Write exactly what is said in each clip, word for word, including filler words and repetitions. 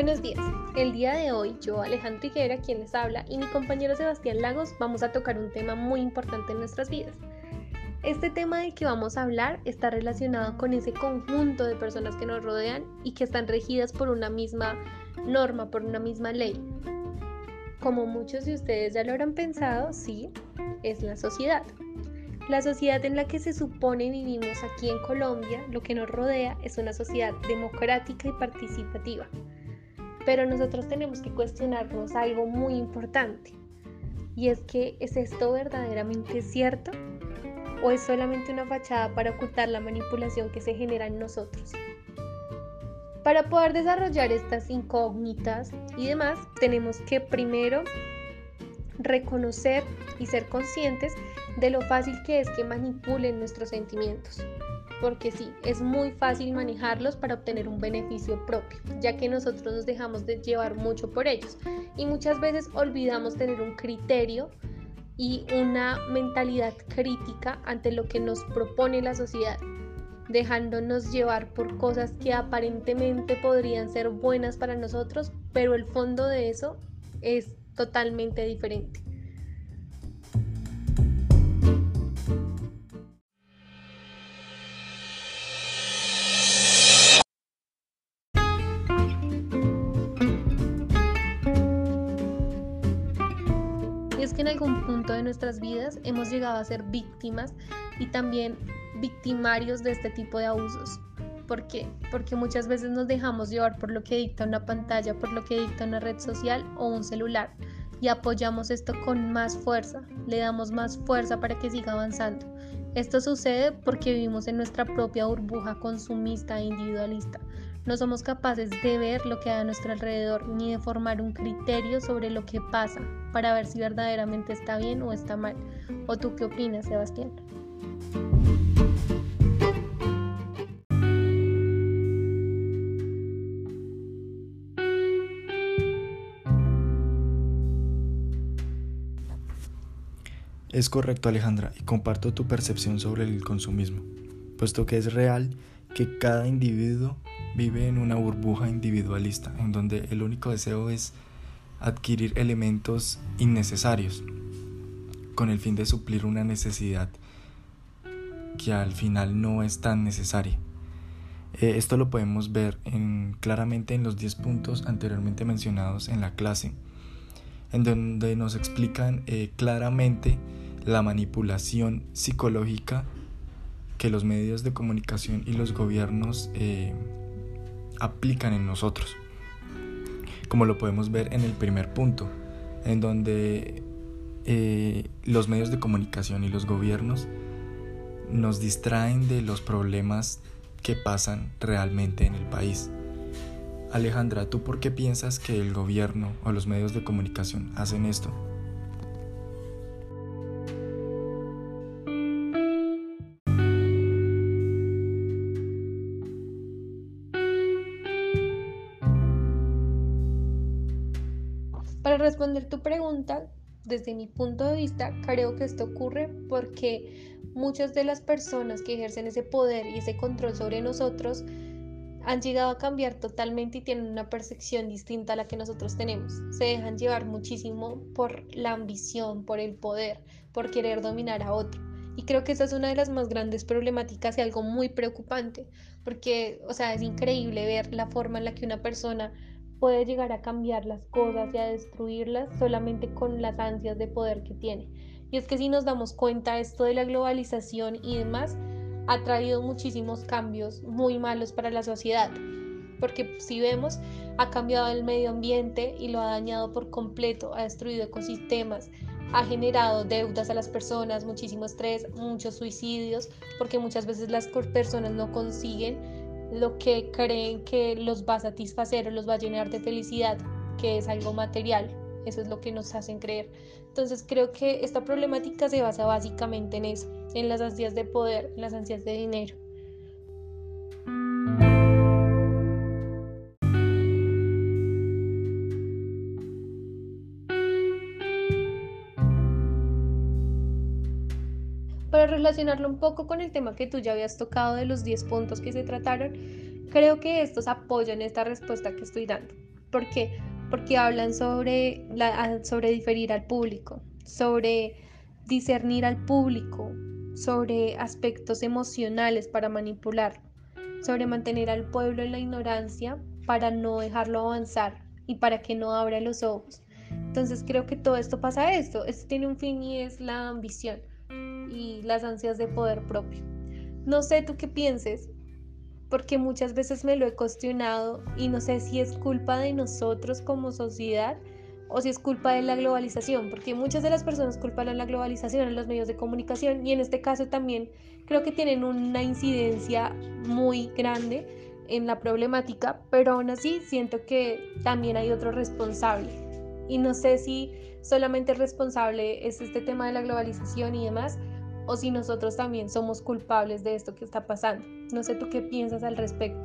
Buenos días, el día de hoy yo, Alejandra Higuera, quien les habla, y mi compañero Sebastián Lagos vamos a tocar un tema muy importante en nuestras vidas. Este tema del que vamos a hablar está relacionado con ese conjunto de personas que nos rodean y que están regidas por una misma norma, por una misma ley. Como muchos de ustedes ya lo habrán pensado, sí, es la sociedad. La sociedad en la que se supone vivimos aquí en Colombia, lo que nos rodea es una sociedad democrática y participativa. Pero nosotros tenemos que cuestionarnos algo muy importante, y es que ¿es esto verdaderamente cierto? ¿O es solamente una fachada para ocultar la manipulación que se genera en nosotros? Para poder desarrollar estas incógnitas y demás, tenemos que primero reconocer y ser conscientes de lo fácil que es que manipulen nuestros sentimientos. Porque sí, es muy fácil manejarlos para obtener un beneficio propio, ya que nosotros nos dejamos de llevar mucho por ellos y muchas veces olvidamos tener un criterio y una mentalidad crítica ante lo que nos propone la sociedad, dejándonos llevar por cosas que aparentemente podrían ser buenas para nosotros, pero el fondo de eso es totalmente diferente. Y es que en algún punto de nuestras vidas hemos llegado a ser víctimas y también victimarios de este tipo de abusos. ¿Por qué? Porque muchas veces nos dejamos llevar por lo que dicta una pantalla, por lo que dicta una red social o un celular, y apoyamos esto con más fuerza, le damos más fuerza para que siga avanzando. Esto sucede porque vivimos en nuestra propia burbuja consumista e individualista. No somos capaces de ver lo que hay a nuestro alrededor ni de formar un criterio sobre lo que pasa para ver si verdaderamente está bien o está mal. ¿O tú qué opinas, Sebastián? Es correcto, Alejandra, y comparto tu percepción sobre el consumismo, puesto que es real que cada individuo vive en una burbuja individualista, en donde el único deseo es adquirir elementos innecesarios, con el fin de suplir una necesidad que al final no es tan necesaria. Eh, esto lo podemos ver en, claramente en los diez puntos anteriormente mencionados en la clase, en donde nos explican eh, claramente la manipulación psicológica que los medios de comunicación y los gobiernos eh, aplican en nosotros, como lo podemos ver en el primer punto, en donde eh, los medios de comunicación y los gobiernos nos distraen de los problemas que pasan realmente en el país. Alejandra, ¿tú por qué piensas que el gobierno o los medios de comunicación hacen esto? Para responder tu pregunta, desde mi punto de vista, creo que esto ocurre porque muchas de las personas que ejercen ese poder y ese control sobre nosotros han llegado a cambiar totalmente y tienen una percepción distinta a la que nosotros tenemos. Se dejan llevar muchísimo por la ambición, por el poder, por querer dominar a otro. Y creo que esa es una de las más grandes problemáticas y algo muy preocupante, porque, o sea, es increíble ver la forma en la que una persona puede llegar a cambiar las cosas y a destruirlas solamente con las ansias de poder que tiene. Y es que si nos damos cuenta, esto de la globalización y demás ha traído muchísimos cambios muy malos para la sociedad, porque si vemos, ha cambiado el medio ambiente y lo ha dañado por completo, ha destruido ecosistemas, ha generado deudas a las personas, muchísimo estrés, muchos suicidios, porque muchas veces las personas no consiguen lo que creen que los va a satisfacer o los va a llenar de felicidad, que es algo material. Eso es lo que nos hacen creer. Entonces creo que esta problemática se basa básicamente en eso, en las ansias de poder, en las ansias de dinero. Para relacionarlo un poco con el tema que tú ya habías tocado de los diez puntos que se trataron, creo que estos apoyan esta respuesta que estoy dando. ¿Por qué? Porque hablan sobre, la, sobre diferir al público, sobre discernir al público, sobre aspectos emocionales para manipular, sobre mantener al pueblo en la ignorancia para no dejarlo avanzar y para que no abra los ojos. Entonces creo que todo esto pasa esto, esto tiene un fin y es la ambición y las ansias de poder propio. No sé tú qué pienses, porque muchas veces me lo he cuestionado y no sé si es culpa de nosotros como sociedad o si es culpa de la globalización, porque muchas de las personas culpan a la globalización, a los medios de comunicación, y en este caso también creo que tienen una incidencia muy grande en la problemática, pero aún así siento que también hay otro responsable. Y no sé si solamente el responsable es este tema de la globalización y demás, o si nosotros también somos culpables de esto que está pasando. No sé tú qué piensas al respecto.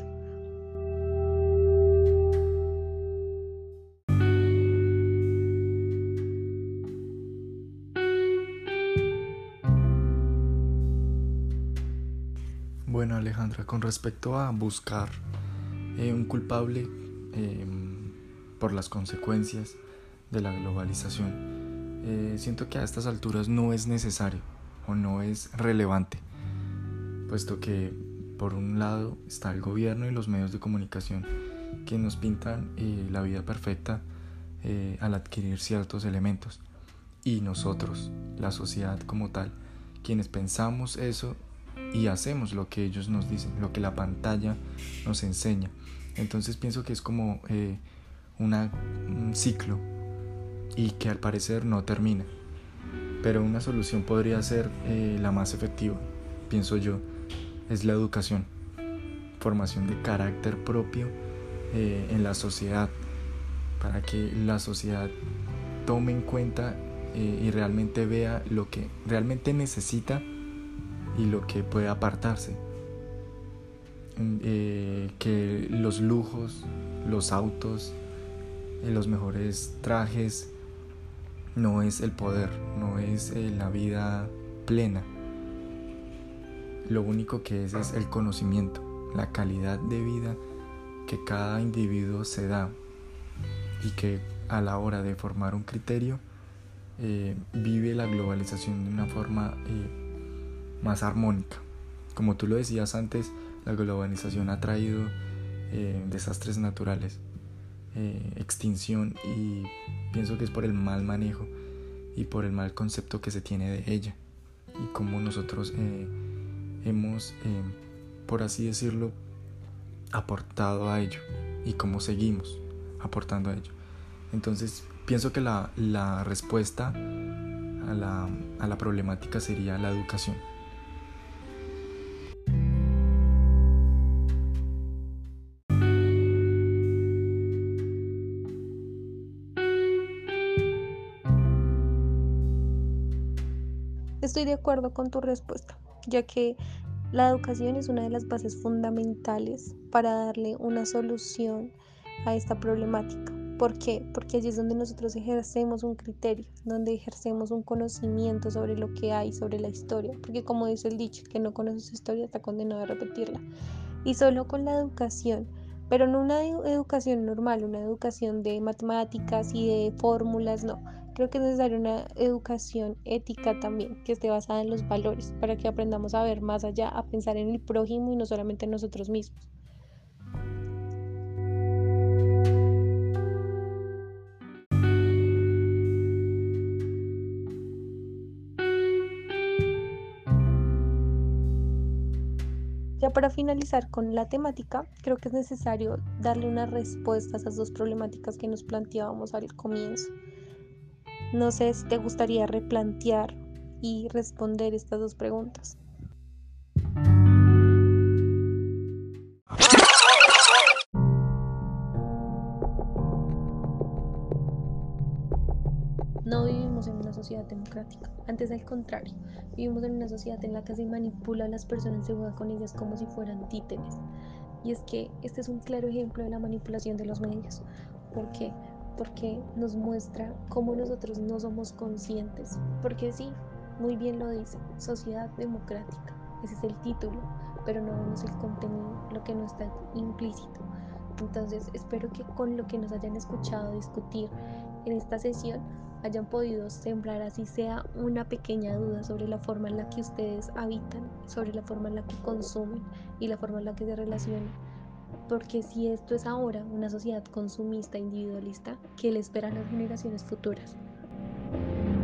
Bueno, Alejandra, con respecto a buscar eh, un culpable eh, por las consecuencias de la globalización, eh, siento que a estas alturas no es necesario o no es relevante, puesto que por un lado está el gobierno y los medios de comunicación que nos pintan eh, la vida perfecta eh, al adquirir ciertos elementos, y nosotros, la sociedad como tal, quienes pensamos eso y hacemos lo que ellos nos dicen, lo que la pantalla nos enseña. Entonces pienso que es como eh, una, un ciclo y que al parecer no termina, pero una solución podría ser eh, la más efectiva, pienso yo, es la educación, formación de carácter propio eh, en la sociedad, para que la sociedad tome en cuenta eh, y realmente vea lo que realmente necesita y lo que puede apartarse. Eh, que los lujos, los autos, eh, los mejores trajes no es el poder, no es eh, la vida plena. Lo único que es es el conocimiento, la calidad de vida que cada individuo se da, y que a la hora de formar un criterio eh, vive la globalización de una forma eh, más armónica. Como tú lo decías antes, la globalización ha traído eh, desastres naturales, eh, extinción, y pienso que es por el mal manejo y por el mal concepto que se tiene de ella, y cómo nosotros eh, hemos, eh, por así decirlo, aportado a ello, y cómo seguimos aportando a ello. Entonces pienso que la, la respuesta a la, a la problemática sería la educación. Estoy de acuerdo con tu respuesta, ya que la educación es una de las bases fundamentales para darle una solución a esta problemática. ¿Por qué? Porque allí es donde nosotros ejercemos un criterio, donde ejercemos un conocimiento sobre lo que hay, sobre la historia, porque como dice el dicho, que no conoce su historia está condenado a repetirla. Y solo con la educación, pero no una educación normal, una educación de matemáticas y de fórmulas, no. Creo que es necesaria una educación ética también, que esté basada en los valores, para que aprendamos a ver más allá, a pensar en el prójimo y no solamente en nosotros mismos. Ya para finalizar con la temática, creo que es necesario darle una respuesta a esas dos problemáticas que nos planteábamos al comienzo. No sé si te gustaría replantear y responder estas dos preguntas. No vivimos en una sociedad democrática, antes al contrario, vivimos en una sociedad en la que se manipula a las personas y se juega con ellas como si fueran títeres. Y es que este es un claro ejemplo de la manipulación de los medios. ¿Por qué? Porque nos muestra cómo nosotros no somos conscientes. Porque sí, muy bien lo dice, sociedad democrática. Ese es el título, pero no vemos el contenido, lo que no está implícito. Entonces, espero que con lo que nos hayan escuchado discutir en esta sesión hayan podido sembrar así sea una pequeña duda sobre la forma en la que ustedes habitan, sobre la forma en la que consumen y la forma en la que se relacionan. Porque si esto es ahora una sociedad consumista, individualista, ¿qué le espera a las generaciones futuras?